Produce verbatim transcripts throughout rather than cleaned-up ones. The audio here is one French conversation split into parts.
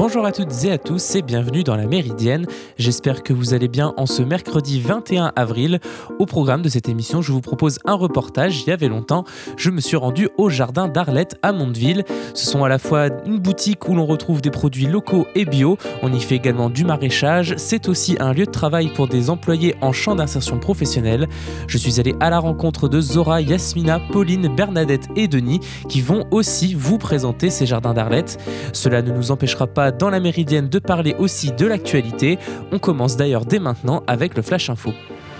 Bonjour à toutes et à tous et bienvenue dans la Méridienne. J'espère que vous allez bien en ce mercredi vingt et un avril. Au programme de cette émission, je vous propose un reportage. Il y avait longtemps, je me suis rendu au jardin d'Arlette à Mondeville. Ce sont à la fois une boutique où l'on retrouve des produits locaux et bio. On y fait également du maraîchage. C'est aussi un lieu de travail pour des employés en champ d'insertion professionnelle. Je suis allé à la rencontre de Zora, Yasmina, Pauline, Bernadette et Denis qui vont aussi vous présenter ces jardins d'Arlette. Cela ne nous empêchera pas dans la Méridienne de parler aussi de l'actualité. On commence d'ailleurs dès maintenant avec le Flash Info.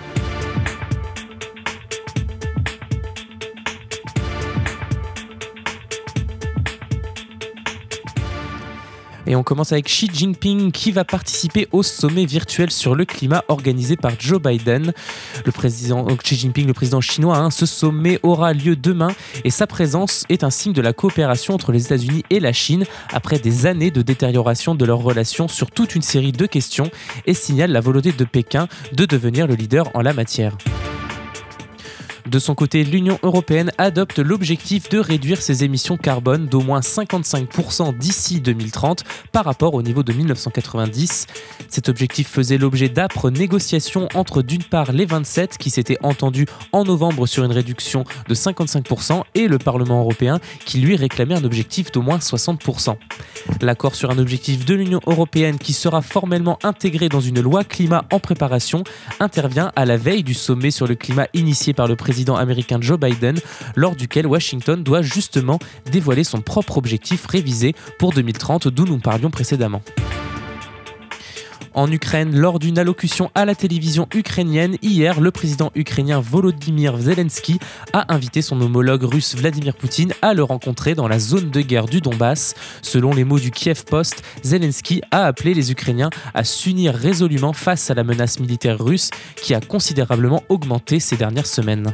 Et on commence avec Xi Jinping qui va participer au sommet virtuel sur le climat organisé par Joe Biden. Le président Xi Jinping, le président chinois, hein, ce sommet aura lieu demain et sa présence est un signe de la coopération entre les États-Unis et la Chine après des années de détérioration de leurs relations sur toute une série de questions et signale la volonté de Pékin de devenir le leader en la matière. De son côté, l'Union européenne adopte l'objectif de réduire ses émissions carbone d'au moins cinquante-cinq pour cent d'ici deux mille trente par rapport au niveau de dix-neuf cent quatre-vingt-dix. Cet objectif faisait l'objet d'âpres négociations entre d'une part les vingt-sept qui s'étaient entendus en novembre sur une réduction de cinquante-cinq pour cent et le Parlement européen qui lui réclamait un objectif d'au moins soixante pour cent. L'accord sur un objectif de l'Union européenne qui sera formellement intégré dans une loi climat en préparation intervient à la veille du sommet sur le climat initié par le président américain Joe Biden, lors duquel Washington doit justement dévoiler son propre objectif révisé pour deux mille trente, d'où nous parlions précédemment. En Ukraine, lors d'une allocution à la télévision ukrainienne, hier, le président ukrainien Volodymyr Zelensky a invité son homologue russe Vladimir Poutine à le rencontrer dans la zone de guerre du Donbass. Selon les mots du Kiev Post, Zelensky a appelé les Ukrainiens à s'unir résolument face à la menace militaire russe qui a considérablement augmenté ces dernières semaines.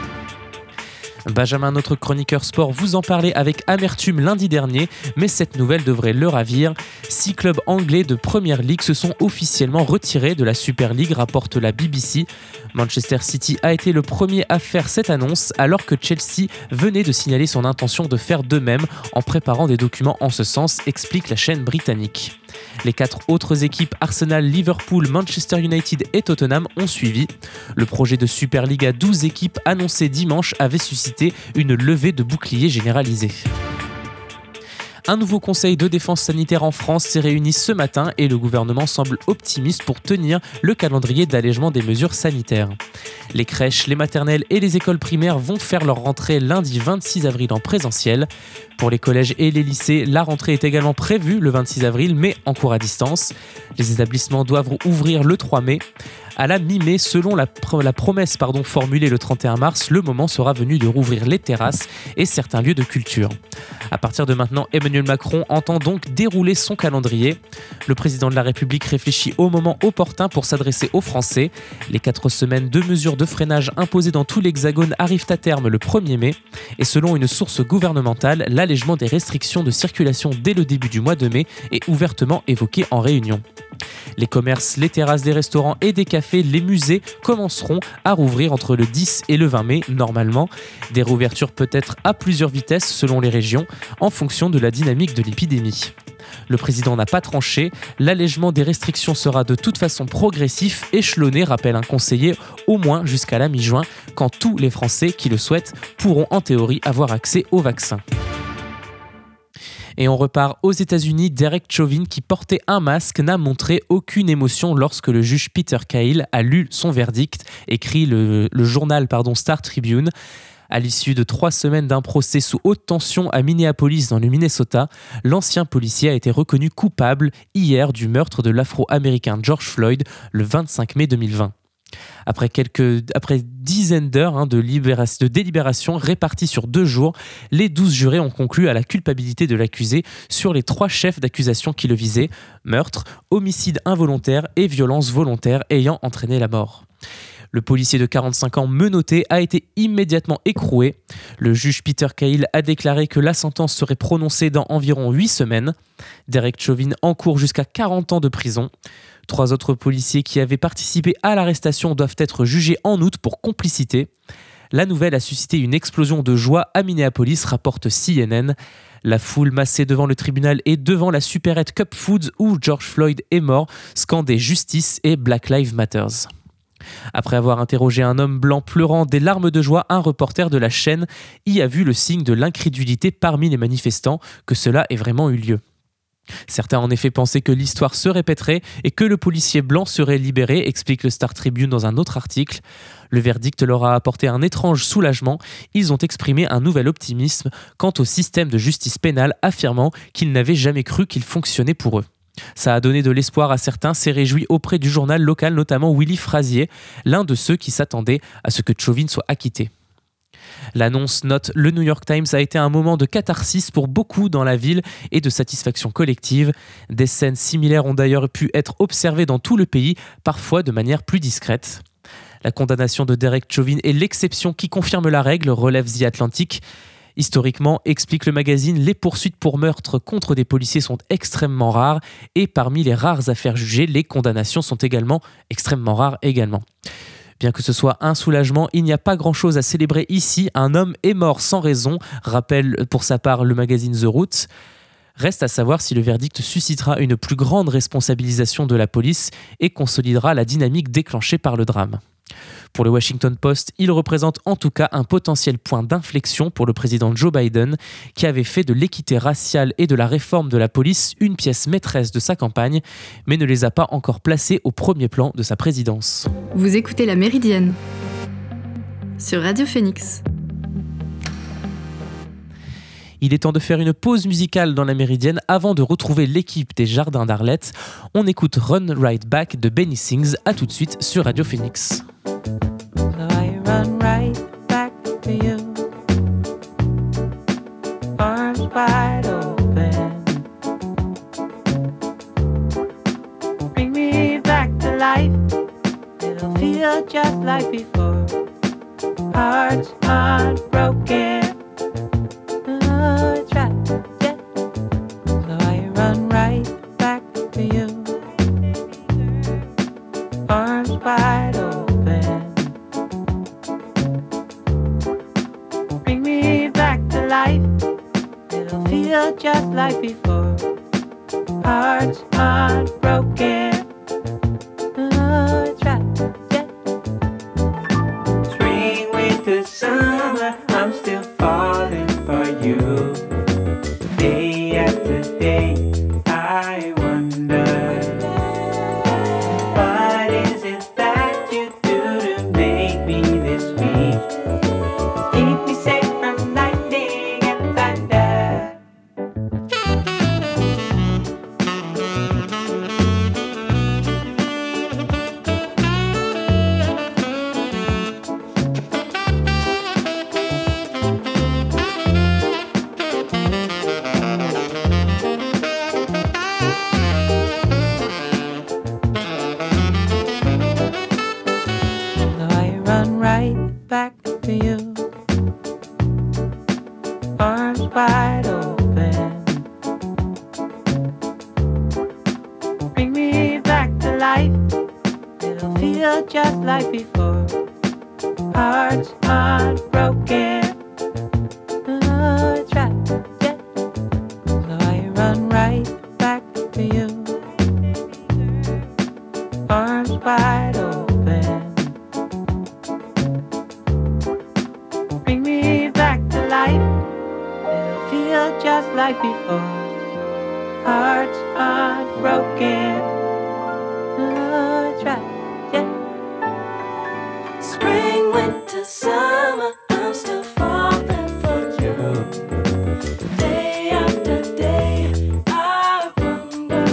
Benjamin, notre chroniqueur sport, vous en parlait avec amertume lundi dernier, mais cette nouvelle devrait le ravir. Six clubs anglais de Premier League se sont officiellement retirés de la Super League, rapporte la B B C. Manchester City a été le premier à faire cette annonce, alors que Chelsea venait de signaler son intention de faire de même en préparant des documents en ce sens, explique la chaîne britannique. Les quatre autres équipes, Arsenal, Liverpool, Manchester United et Tottenham, ont suivi. Le projet de Super League à douze équipes annoncé dimanche avait suscité une levée de boucliers généralisée. Un nouveau conseil de défense sanitaire en France s'est réuni ce matin et le gouvernement semble optimiste pour tenir le calendrier d'allègement des mesures sanitaires. Les crèches, les maternelles et les écoles primaires vont faire leur rentrée lundi vingt-six avril en présentiel. Pour les collèges et les lycées, la rentrée est également prévue le vingt-six avril, mais en cours à distance. Les établissements doivent ouvrir le trois mai. À la mi-mai, selon la, pr- la promesse pardon, formulée le trente et un mars, le moment sera venu de rouvrir les terrasses et certains lieux de culture. À partir de maintenant, Emmanuel Macron entend donc dérouler son calendrier. Le président de la République réfléchit au moment opportun pour s'adresser aux Français. Les quatre semaines de mesures de freinage imposées dans tout l'Hexagone arrivent à terme le premier mai. Et selon une source gouvernementale, l'allègement des restrictions de circulation dès le début du mois de mai est ouvertement évoqué en réunion. Les commerces, les terrasses des restaurants et des cafés, les musées commenceront à rouvrir entre le dix et le vingt mai normalement. Des réouvertures peut-être à plusieurs vitesses selon les régions en fonction de la dynamique de l'épidémie. Le président n'a pas tranché, l'allègement des restrictions sera de toute façon progressif, échelonné, rappelle un conseiller, au moins jusqu'à la mi-juin, quand tous les Français qui le souhaitent pourront en théorie avoir accès au vaccin. Et on repart aux États-Unis. Derek Chauvin, qui portait un masque, n'a montré aucune émotion lorsque le juge Peter Cahill a lu son verdict, écrit le, le journal pardon, Star Tribune. À l'issue de trois semaines d'un procès sous haute tension à Minneapolis dans le Minnesota, l'ancien policier a été reconnu coupable hier du meurtre de l'Afro-américain George Floyd le vingt-cinq mai deux mille vingt. Après quelques après dizaines d'heures hein, de, libération, de délibération réparties sur deux jours, les douze jurés ont conclu à la culpabilité de l'accusé sur les trois chefs d'accusation qui le visaient: meurtre, homicide involontaire et violence volontaire ayant entraîné la mort. Le policier de quarante-cinq ans menotté a été immédiatement écroué. Le juge Peter Cahill a déclaré que la sentence serait prononcée dans environ huit semaines. Derek Chauvin encourt jusqu'à quarante ans de prison. Trois autres policiers qui avaient participé à l'arrestation doivent être jugés en août pour complicité. La nouvelle a suscité une explosion de joie à Minneapolis, rapporte C N N. La foule massée devant le tribunal et devant la supérette Cup Foods où George Floyd est mort scandait justice et Black Lives Matter. Après avoir interrogé un homme blanc pleurant des larmes de joie, un reporter de la chaîne y a vu le signe de l'incrédulité parmi les manifestants que cela ait vraiment eu lieu. Certains en effet pensaient que l'histoire se répéterait et que le policier blanc serait libéré, explique le Star Tribune dans un autre article. Le verdict leur a apporté un étrange soulagement. Ils ont exprimé un nouvel optimisme quant au système de justice pénale, affirmant qu'ils n'avaient jamais cru qu'il fonctionnait pour eux. Ça a donné de l'espoir à certains, s'est réjoui auprès du journal local, notamment Willy Frazier, l'un de ceux qui s'attendaient à ce que Chauvin soit acquitté. L'annonce note le New York Times a été un moment de catharsis pour beaucoup dans la ville et de satisfaction collective. Des scènes similaires ont d'ailleurs pu être observées dans tout le pays, parfois de manière plus discrète. La condamnation de Derek Chauvin est l'exception qui confirme la règle, relève The Atlantic. Historiquement, explique le magazine, les poursuites pour meurtre contre des policiers sont extrêmement rares et parmi les rares affaires jugées, les condamnations sont également extrêmement rares également. Bien que ce soit un soulagement, il n'y a pas grand-chose à célébrer ici. Un homme est mort sans raison, rappelle pour sa part le magazine The Root. Reste à savoir si le verdict suscitera une plus grande responsabilisation de la police et consolidera la dynamique déclenchée par le drame. Pour le Washington Post, il représente en tout cas un potentiel point d'inflexion pour le président Joe Biden, qui avait fait de l'équité raciale et de la réforme de la police une pièce maîtresse de sa campagne, mais ne les a pas encore placés au premier plan de sa présidence. Vous écoutez La Méridienne sur Radio Phoenix. Il est temps de faire une pause musicale dans la Méridienne avant de retrouver l'équipe des Jardins d'Arlette. On écoute Run Right Back de Benny Sings. À tout de suite sur Radio Phoenix. So I run right back to you, arms wide open. Bring me back to life, it'll feel just like before. Hearts aren't broken. Oh, it's right, yeah. So I run right back to you, arms wide open. Life, it'll feel just like before. Hearts aren't broken. Oh, it's right, yeah. Spring, winter, summer, I'm still falling for you. Day after day, I wonder, what is it that you do to make me this weak? Keep me safe from lightning and thunder. So I run right back to you, arms wide open. Bring me back to life, it'll feel just like before. Hearts aren't broken. Oh, it's right, yeah. So I run right back to you, arms wide open. Bring me back to life, it'll feel just like before. Hearts aren't broken. Oh, it's right, yeah. Spring, winter, summer, I'm still falling for you. Day after day, I wonder,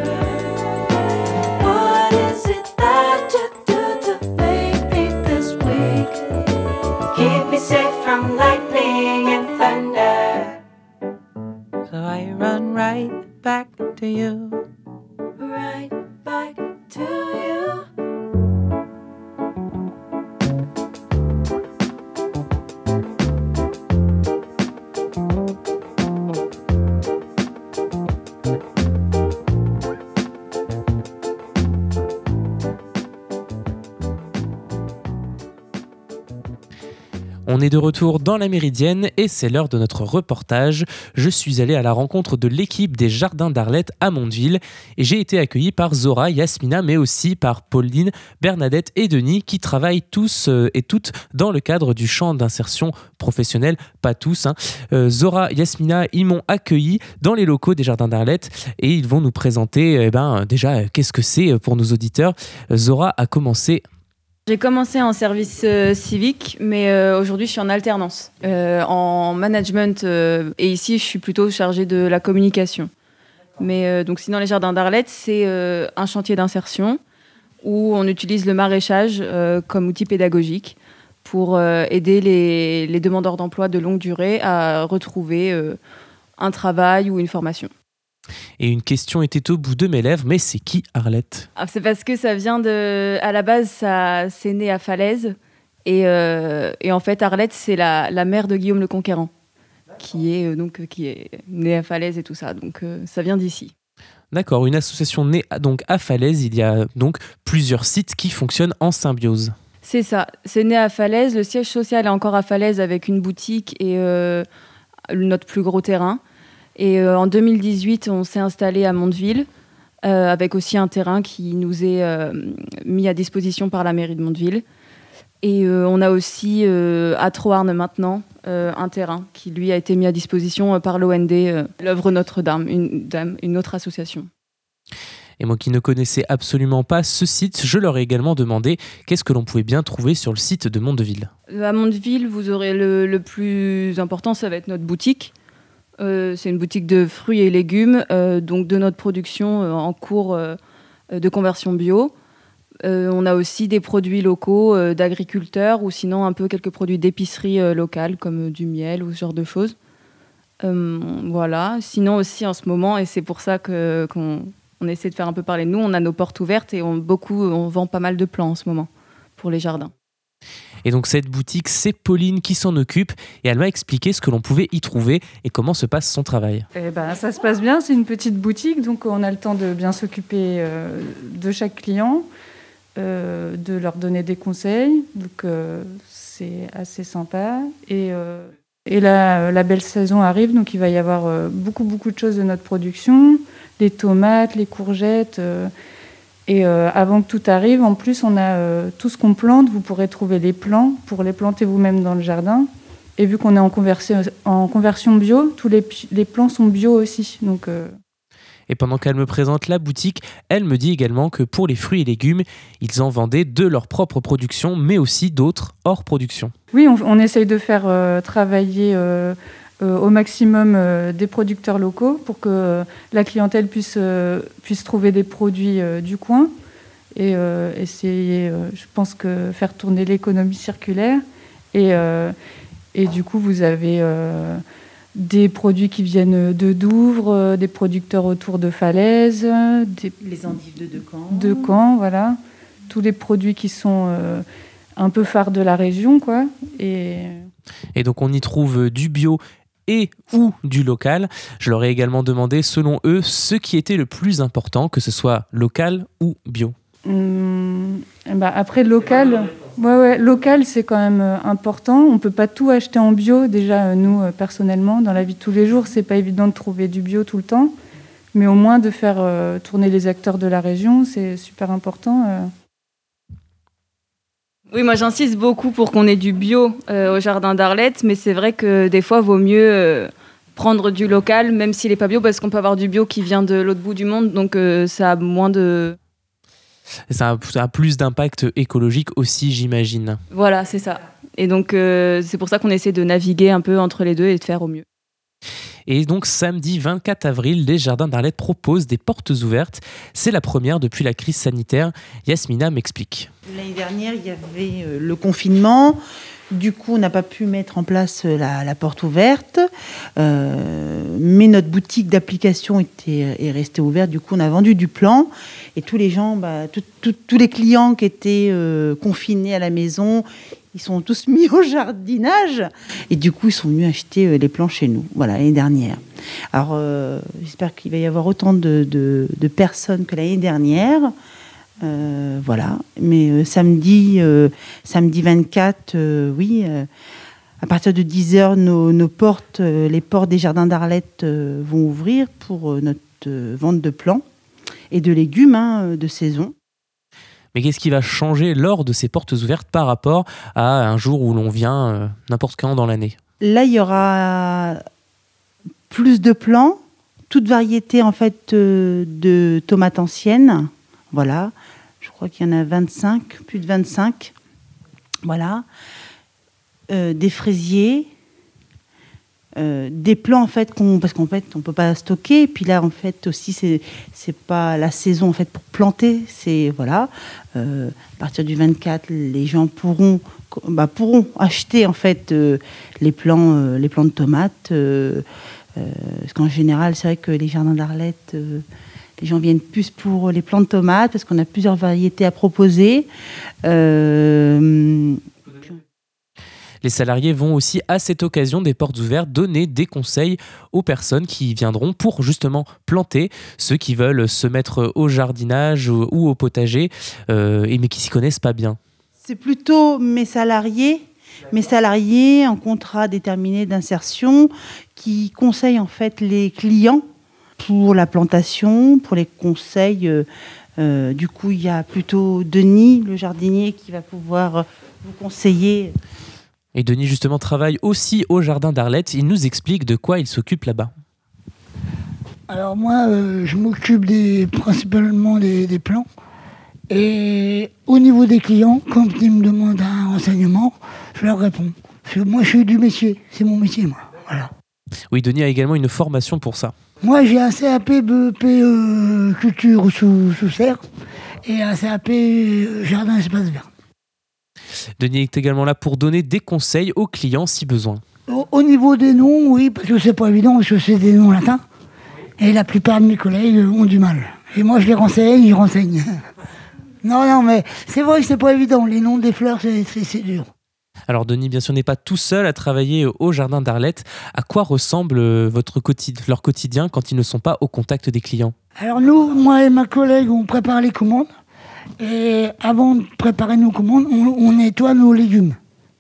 what is it that you do to make me this weak? Keep me safe from lightning and thunder. So I run right back to you, Right back to you. On est de retour dans la Méridienne et c'est l'heure de notre reportage. Je suis allé à la rencontre de l'équipe des Jardins d'Arlette à Mondeville et j'ai été accueilli par Zora, Yasmina, mais aussi par Pauline, Bernadette et Denis qui travaillent tous et toutes dans le cadre du champ d'insertion professionnelle. Pas tous. Hein. Euh, Zora, Yasmina, ils m'ont accueilli dans les locaux des Jardins d'Arlette et ils vont nous présenter eh ben, déjà qu'est-ce que c'est pour nos auditeurs. Zora a commencé. J'ai commencé en service euh, civique, mais euh, aujourd'hui je suis en alternance, euh, en management, euh, et ici je suis plutôt chargée de la communication. Mais euh, donc sinon les Jardins d'Arlette, c'est euh, un chantier d'insertion où on utilise le maraîchage euh, comme outil pédagogique pour euh, aider les, les demandeurs d'emploi de longue durée à retrouver euh, un travail ou une formation. Et une question était au bout de mes lèvres, mais c'est qui Arlette ? Ah, c'est parce que ça vient de... À la base, ça, c'est né à Falaise. Et, euh, et en fait, Arlette, c'est la, la mère de Guillaume le Conquérant, qui est, euh, donc, qui est né à Falaise et tout ça. Donc, euh, ça vient d'ici. D'accord, une association née donc à Falaise. Il y a donc plusieurs sites qui fonctionnent en symbiose. C'est ça. C'est né à Falaise. Le siège social est encore à Falaise avec une boutique et euh, notre plus gros terrain. Et euh, en deux mille dix-huit, on s'est installé à Mondeville, euh, avec aussi un terrain qui nous est euh, mis à disposition par la mairie de Mondeville. Et euh, on a aussi euh, à Troarn maintenant euh, un terrain qui lui a été mis à disposition euh, par l'O N D, euh, l'œuvre Notre-Dame, une, dame, une autre association. Et moi qui ne connaissais absolument pas ce site, je leur ai également demandé qu'est-ce que l'on pouvait bien trouver sur le site de Mondeville. À Mondeville, vous aurez le, le plus important, ça va être notre boutique. Euh, c'est une boutique de fruits et légumes, euh, donc de notre production euh, en cours euh, de conversion bio. Euh, on a aussi des produits locaux euh, d'agriculteurs ou sinon un peu quelques produits d'épicerie euh, locale comme euh, du miel ou ce genre de choses. Euh, voilà. Sinon aussi en ce moment, et c'est pour ça que, qu'on on essaie de faire un peu parler de nous, on a nos portes ouvertes et on, beaucoup, on vend pas mal de plants en ce moment pour les jardins. Et donc cette boutique, c'est Pauline qui s'en occupe et elle m'a expliqué ce que l'on pouvait y trouver et comment se passe son travail. Eh ben, ça se passe bien, c'est une petite boutique, donc on a le temps de bien s'occuper euh, de chaque client, euh, de leur donner des conseils, donc euh, c'est assez sympa. Et, euh, et là, la belle saison arrive, donc il va y avoir euh, beaucoup, beaucoup de choses de notre production, les tomates, les courgettes... Euh, Et euh, avant que tout arrive, en plus, on a euh, tout ce qu'on plante. Vous pourrez trouver les plants pour les planter vous-même dans le jardin. Et vu qu'on est en conversion, en conversion bio, tous les, les plants sont bio aussi. Donc, euh... Et pendant qu'elle me présente la boutique, elle me dit également que pour les fruits et légumes, ils en vendaient de leur propre production, mais aussi d'autres hors production. Oui, on, on essaye de faire euh, travailler... Euh, Euh, au maximum euh, des producteurs locaux pour que euh, la clientèle puisse, euh, puisse trouver des produits euh, du coin et euh, essayer, euh, je pense, que faire tourner l'économie circulaire. Et, euh, et du coup, vous avez euh, des produits qui viennent de Douvres, euh, des producteurs autour de Falaise, des, les endives de Decamps. De Caen, voilà. Tous les produits qui sont euh, un peu phares de la région, quoi. Et, et donc, on y trouve du bio et ou du local. Je leur ai également demandé, selon eux, ce qui était le plus important, que ce soit local ou bio. Hum, bah après, local, ouais, ouais, local, c'est quand même euh, important. On ne peut pas tout acheter en bio. Déjà, euh, nous, euh, personnellement, dans la vie de tous les jours, ce n'est pas évident de trouver du bio tout le temps. Mais au moins, de faire euh, tourner les acteurs de la région, c'est super important. Euh. Oui, moi j'insiste beaucoup pour qu'on ait du bio euh, au Jardin d'Arlette, mais c'est vrai que des fois, il vaut mieux euh, prendre du local, même s'il n'est pas bio, parce qu'on peut avoir du bio qui vient de l'autre bout du monde, donc euh, ça a moins de... Ça a, ça a plus d'impact écologique aussi, j'imagine. Voilà, c'est ça. Et donc, euh, c'est pour ça qu'on essaie de naviguer un peu entre les deux et de faire au mieux. Et donc samedi vingt-quatre avril, les Jardins d'Arlette proposent des portes ouvertes. C'est la première depuis la crise sanitaire. Yasmina m'explique. L'année dernière, il y avait euh, le confinement. Du coup, on n'a pas pu mettre en place la, la porte ouverte. Euh, mais notre boutique d'application était, est restée ouverte. Du coup, on a vendu du plan. Et tous les gens, bah, tout, tout, tous les clients qui étaient euh, confinés à la maison, ils sont tous mis au jardinage. Et du coup, ils sont venus acheter les plants chez nous, voilà, l'année dernière. Alors, euh, j'espère qu'il va y avoir autant de, de, de personnes que l'année dernière. Euh, voilà. Mais euh, samedi, euh, samedi vingt-quatre, euh, oui, euh, À partir de dix heures, nos, nos portes, euh, les portes des jardins d'Arlette euh, vont ouvrir pour euh, notre euh, vente de plants et de légumes hein, de saison. Mais qu'est-ce qui va changer lors de ces portes ouvertes par rapport à un jour où l'on vient euh, n'importe quand dans l'année ? Là, il y aura plus de plants, toute variété en fait euh, de tomates anciennes. Voilà, je crois qu'il y en a vingt-cinq, plus de vingt-cinq. Voilà, euh, des fraisiers, euh, des plants en fait qu'on, parce qu'en fait on peut pas stocker. Et puis là en fait aussi c'est c'est pas la saison en fait pour planter. C'est voilà, euh, à partir du vingt-quatre, les gens pourront bah, pourront acheter en fait euh, les plants euh, les plants de tomates. Euh, euh, parce qu'en général c'est vrai que les jardins d'Arlette euh, les gens viennent plus pour les plants de tomates parce qu'on a plusieurs variétés à proposer. Euh... Les salariés vont aussi, à cette occasion des portes ouvertes, donner des conseils aux personnes qui viendront pour justement planter, ceux qui veulent se mettre au jardinage ou au potager, euh, et mais qui s'y connaissent pas bien. C'est plutôt mes salariés, mes salariés en contrat déterminé d'insertion qui conseillent en fait les clients pour la plantation, pour les conseils. Euh, euh, du coup, il y a plutôt Denis, le jardinier, qui va pouvoir vous conseiller. Et Denis, justement, travaille aussi au jardin d'Arlette. Il nous explique de quoi il s'occupe là-bas. Alors moi, euh, je m'occupe des, principalement des, des plants. Et au niveau des clients, quand ils me demandent un renseignement, je leur réponds. Parce que moi, je suis du métier. C'est mon métier, moi. Voilà. Oui, Denis a également une formation pour ça. Moi, j'ai un C A P B E P euh, culture sous, sous serre et un C A P euh, jardin espace vert. Denis est également là pour donner des conseils aux clients si besoin. Au, au niveau des noms, oui, parce que c'est pas évident, parce que c'est des noms latins. Et la plupart de mes collègues ont du mal. Et moi, je les renseigne, ils renseignent. Non, non, mais c'est vrai que c'est pas évident. Les noms des fleurs, c'est, c'est, c'est dur. Alors Denis, bien sûr, n'est pas tout seul à travailler au jardin d'Arlette. À quoi ressemble votre quotidien, leur quotidien quand ils ne sont pas au contact des clients ? Alors nous, moi et ma collègue, on prépare les commandes. Et avant de préparer nos commandes, on, on nettoie nos légumes.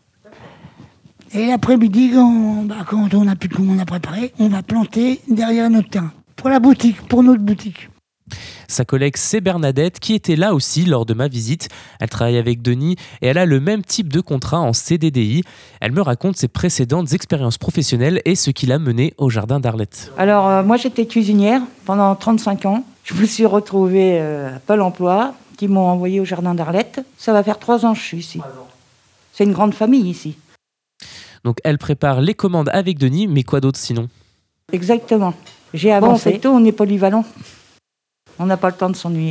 Et l'après-midi, quand, bah, quand on n'a plus de commandes à préparer, on va planter derrière notre terrain. Pour la boutique, pour notre boutique. Sa collègue, c'est Bernadette, qui était là aussi lors de ma visite. Elle travaille avec Denis et elle a le même type de contrat en C D D I. Elle me raconte ses précédentes expériences professionnelles et ce qui l'a menée au jardin d'Arlette. Alors, euh, moi, j'étais cuisinière pendant trente-cinq ans. Je me suis retrouvée euh, à Pôle emploi, qui m'ont envoyée au jardin d'Arlette. Ça va faire trois ans que je suis ici. C'est une grande famille ici. Donc, elle prépare les commandes avec Denis, mais quoi d'autre sinon ? Exactement. J'ai avancé. Bon, on est polyvalent. On n'a pas le temps de s'ennuyer.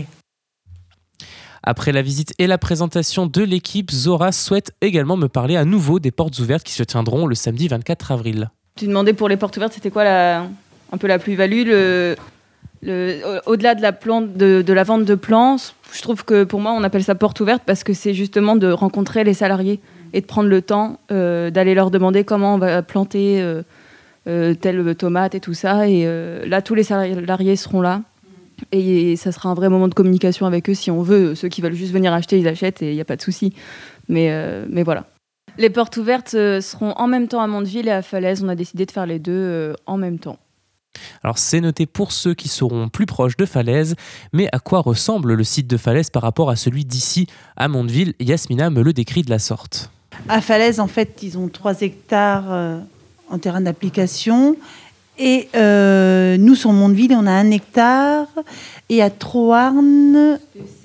Après la visite et la présentation de l'équipe, Zora souhaite également me parler à nouveau des portes ouvertes qui se tiendront le samedi vingt-quatre avril. Tu demandais pour les portes ouvertes, c'était quoi la, un peu la plus-value le, le, au-delà de la, plante, de, de la vente de plants, je trouve que pour moi, on appelle ça porte ouverte parce que c'est justement de rencontrer les salariés et de prendre le temps euh, d'aller leur demander comment on va planter euh, euh, telle tomate et tout ça. Et euh, là, tous les salariés seront là. Et ça sera un vrai moment de communication avec eux si on veut. Ceux qui veulent juste venir acheter, ils achètent et il n'y a pas de souci. Mais, euh, mais voilà. Les portes ouvertes euh, seront en même temps à Mondeville et à Falaise. On a décidé de faire les deux euh, en même temps. Alors c'est noté pour ceux qui seront plus proches de Falaise. Mais à quoi ressemble le site de Falaise par rapport à celui d'ici à Mondeville ? Yasmina me le décrit de la sorte. À Falaise, en fait, ils ont trois hectares euh, en terrain d'application. Et euh, nous, sur Mondeville, on a un hectare. Et à Troarn,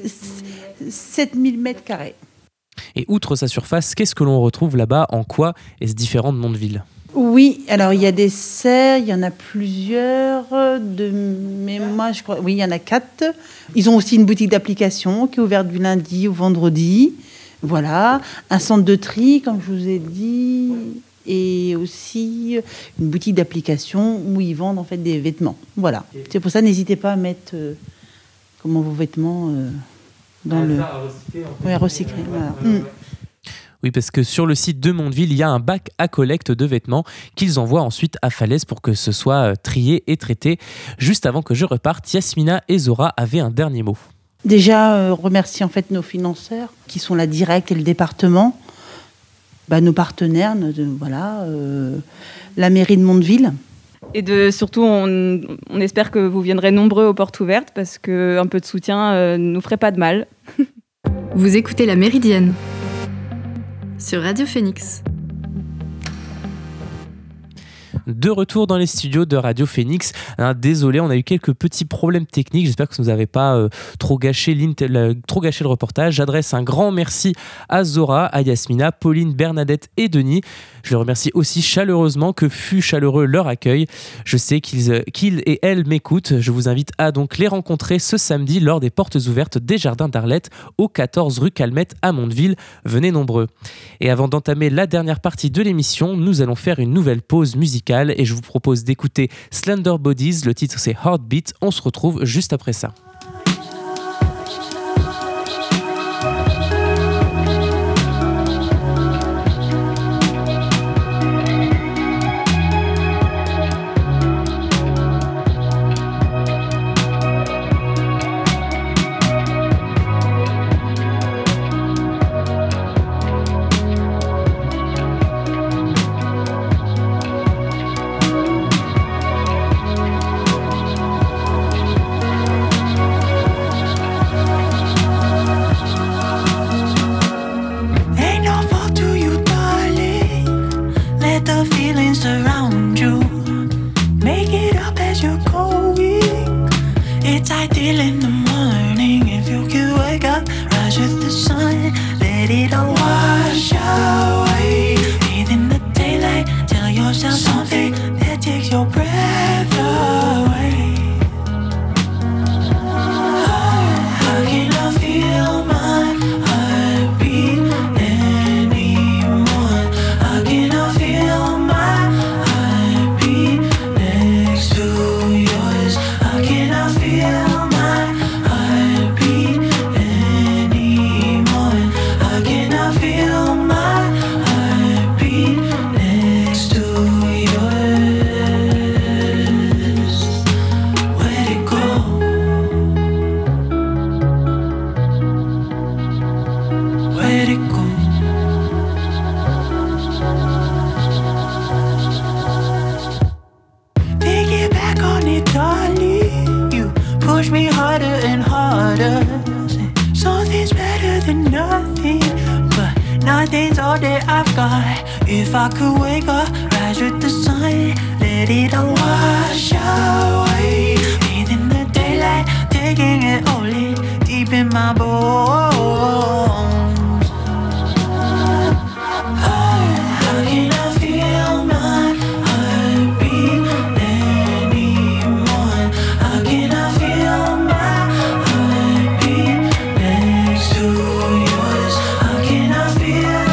sept mille mètres carrés. Et outre sa surface, qu'est-ce que l'on retrouve là-bas ? En quoi est-ce différent de Mondeville ? Oui, alors il y a des serres, il y en a plusieurs. De mémoire, je crois. Oui, il y en a quatre. Ils ont aussi une boutique d'application qui est ouverte du lundi au vendredi. Voilà. Un centre de tri, comme je vous ai dit. Et aussi une boutique d'application où ils vendent en fait des vêtements. Voilà. C'est pour ça, n'hésitez pas à mettre euh, comment vos vêtements euh, dans ah, le. À recycler. En fait. Oui, à recycler. Euh, voilà. Ouais, ouais, ouais. Oui, parce que sur le site de Mondeville, il y a un bac à collecte de vêtements qu'ils envoient ensuite à Falaise pour que ce soit trié et traité. Juste avant que je reparte, Yasmina et Zora avaient un dernier mot. Déjà, euh, remercier en fait nos financeurs qui sont la Directe et le département. bah, nos partenaires, nos, voilà, euh, la mairie de Mondeville. Et de, surtout, on, on espère que vous viendrez nombreux aux portes ouvertes parce qu'un peu de soutien euh, ne nous ferait pas de mal. Vous écoutez La Méridienne sur Radio Phoenix. De retour dans les studios de Radio Phoenix. Hein, désolé, on a eu quelques petits problèmes techniques. J'espère que ça ne nous avait pas euh, trop, gâché le, trop gâché le reportage. J'adresse un grand merci à Zora, à Yasmina, Pauline, Bernadette et Denis. Je les remercie aussi chaleureusement, que fut chaleureux leur accueil. Je sais qu'ils, qu'ils et elles m'écoutent. Je vous invite à donc les rencontrer ce samedi lors des portes ouvertes des Jardins d'Arlette au quatorze rue Calmette à Mondeville. Venez nombreux. Et avant d'entamer la dernière partie de l'émission, nous allons faire une nouvelle pause musicale et je vous propose d'écouter Slender Bodies. Le titre c'est Heartbeat. On se retrouve juste après ça. If I could wake up, rise with the sun, let it all wash away. Breathing the daylight, taking it all in, deep in my bones. How, how can I feel my heartbeat anymore? How can I feel my heartbeat next to yours? How can I feel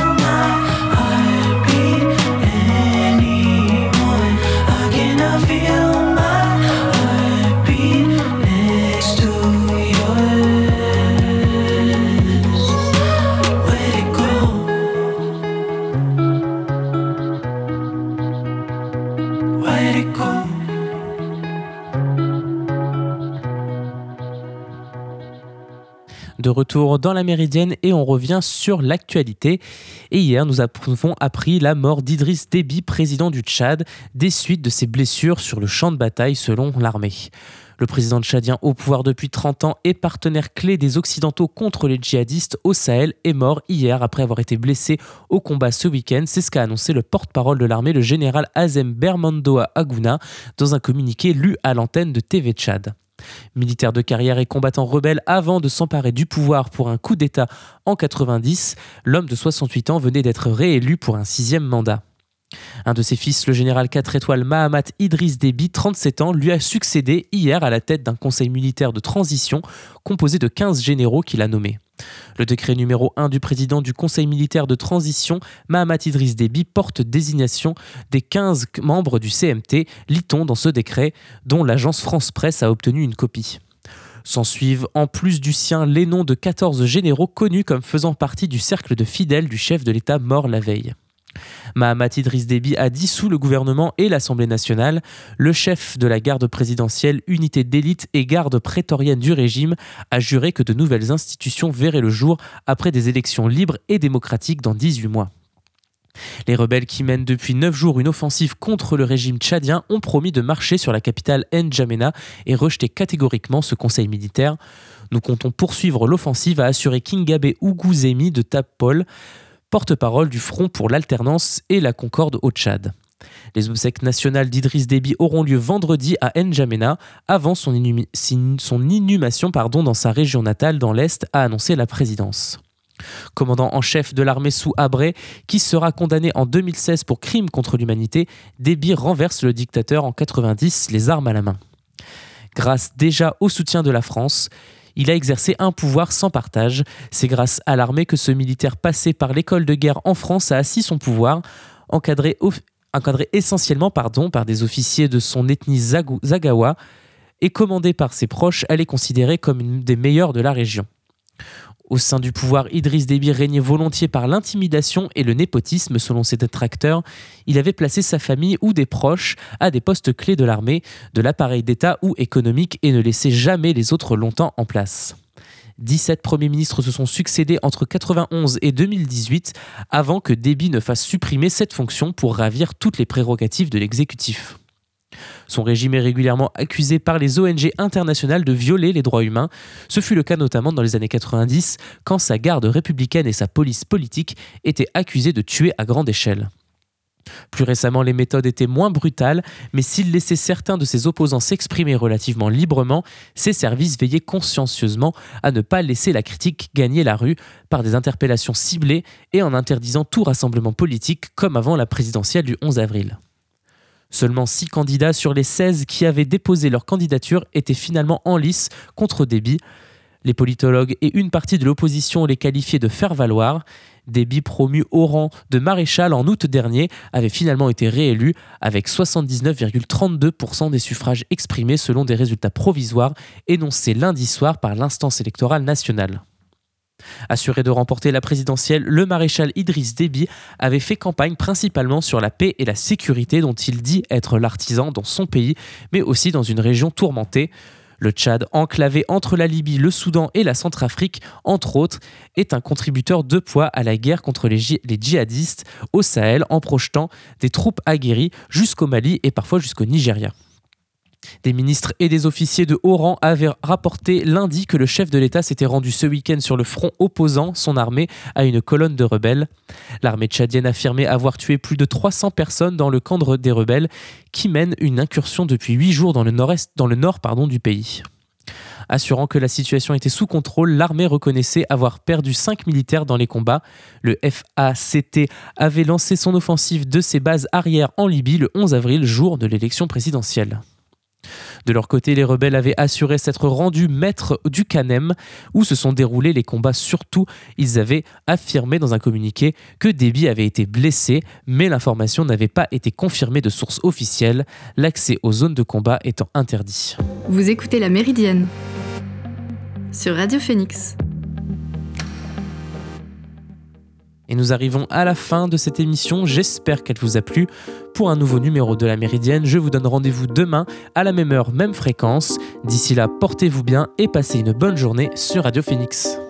De retour dans la Méridienne et on revient sur l'actualité. Et hier, nous avons appris la mort d'Idriss Déby, président du Tchad, des suites de ses blessures sur le champ de bataille selon l'armée. Le président tchadien au pouvoir depuis trente ans et partenaire clé des Occidentaux contre les djihadistes au Sahel est mort hier après avoir été blessé au combat ce week-end. C'est ce qu'a annoncé le porte-parole de l'armée, le général Azem Bermandoa Aguna, dans un communiqué lu à l'antenne de T V Tchad. Militaire de carrière et combattant rebelle avant de s'emparer du pouvoir pour un coup d'État en quatre-vingt-dix, l'homme de soixante-huit ans venait d'être réélu pour un sixième mandat. Un de ses fils, le général quatre étoiles Mahamat Idriss Déby, trente-sept ans, lui a succédé hier à la tête d'un conseil militaire de transition composé de quinze généraux qu'il a nommés. Le décret numéro un du président du conseil militaire de transition, Mahamat Idriss Déby, porte désignation des quinze membres du C M T, lit-on dans ce décret, dont l'agence France Presse a obtenu une copie. S'en suivent, en plus du sien, les noms de quatorze généraux connus comme faisant partie du cercle de fidèles du chef de l'État mort la veille. Mahamat Idriss Déby a dissous le gouvernement et l'Assemblée nationale. Le chef de la garde présidentielle, unité d'élite et garde prétorienne du régime, a juré que de nouvelles institutions verraient le jour après des élections libres et démocratiques dans dix-huit mois. Les rebelles qui mènent depuis neuf jours une offensive contre le régime tchadien ont promis de marcher sur la capitale N'Djamena et rejeter catégoriquement ce conseil militaire. Nous comptons poursuivre l'offensive, a assuré Kingabe Ouguzemi de Tapol, porte-parole du Front pour l'alternance et la concorde au Tchad. Les obsèques nationales d'Idriss Déby auront lieu vendredi à N'Djamena, avant son, inhumi- son inhumation pardon, dans sa région natale dans l'Est, a annoncé la présidence. Commandant en chef de l'armée sous Habré, qui sera condamné en deux mille seize pour crime contre l'humanité, Déby renverse le dictateur en quatre-vingt-dix, les armes à la main. Grâce déjà au soutien de la France, il a exercé un pouvoir sans partage. C'est grâce à l'armée que ce militaire passé par l'école de guerre en France a assis son pouvoir, encadré, of- encadré essentiellement pardon, par des officiers de son ethnie Zagou- Zagawa et commandé par ses proches, elle est considérée comme une des meilleures de la région. Au sein du pouvoir, Idriss Déby régnait volontiers par l'intimidation et le népotisme, selon ses détracteurs. Il avait placé sa famille ou des proches à des postes clés de l'armée, de l'appareil d'État ou économique et ne laissait jamais les autres longtemps en place. dix-sept premiers ministres se sont succédés entre quatre-vingt-onze et deux mille dix-huit, avant que Déby ne fasse supprimer cette fonction pour ravir toutes les prérogatives de l'exécutif. Son régime est régulièrement accusé par les O N G internationales de violer les droits humains. Ce fut le cas notamment dans les années quatre-vingt-dix, quand sa garde républicaine et sa police politique étaient accusées de tuer à grande échelle. Plus récemment, les méthodes étaient moins brutales, mais s'il laissait certains de ses opposants s'exprimer relativement librement, ses services veillaient consciencieusement à ne pas laisser la critique gagner la rue par des interpellations ciblées et en interdisant tout rassemblement politique, comme avant la présidentielle du onze avril. Seulement six candidats sur les seize qui avaient déposé leur candidature étaient finalement en lice contre Déby. Les politologues et une partie de l'opposition les qualifiaient de faire-valoir. Déby, promu au rang de maréchal en août dernier, avait finalement été réélu avec soixante-dix-neuf virgule trente-deux pour cent des suffrages exprimés selon des résultats provisoires énoncés lundi soir par l'instance électorale nationale. Assuré de remporter la présidentielle, le maréchal Idriss Déby avait fait campagne principalement sur la paix et la sécurité dont il dit être l'artisan dans son pays, mais aussi dans une région tourmentée. Le Tchad, enclavé entre la Libye, le Soudan et la Centrafrique, entre autres, est un contributeur de poids à la guerre contre les, gi- les djihadistes au Sahel en projetant des troupes aguerries jusqu'au Mali et parfois jusqu'au Nigeria. Des ministres et des officiers de haut rang avaient rapporté lundi que le chef de l'État s'était rendu ce week-end sur le front opposant son armée à une colonne de rebelles. L'armée tchadienne affirmait avoir tué plus de trois cents personnes dans le camp des rebelles qui mènent une incursion depuis huit jours dans le nord-est, dans le nord pardon, du pays. Assurant que la situation était sous contrôle, l'armée reconnaissait avoir perdu cinq militaires dans les combats. Le F A C T avait lancé son offensive de ses bases arrières en Libye le onze avril, jour de l'élection présidentielle. De leur côté, les rebelles avaient assuré s'être rendus maîtres du Kanem, où se sont déroulés les combats. Surtout, ils avaient affirmé dans un communiqué que Déby avait été blessé, mais l'information n'avait pas été confirmée de sources officielles, l'accès aux zones de combat étant interdit. Vous écoutez La Méridienne sur Radio Phoenix. Et nous arrivons à la fin de cette émission, j'espère qu'elle vous a plu. Pour un nouveau numéro de La Méridienne, je vous donne rendez-vous demain à la même heure, même fréquence. D'ici là, portez-vous bien et passez une bonne journée sur Radio Phoenix.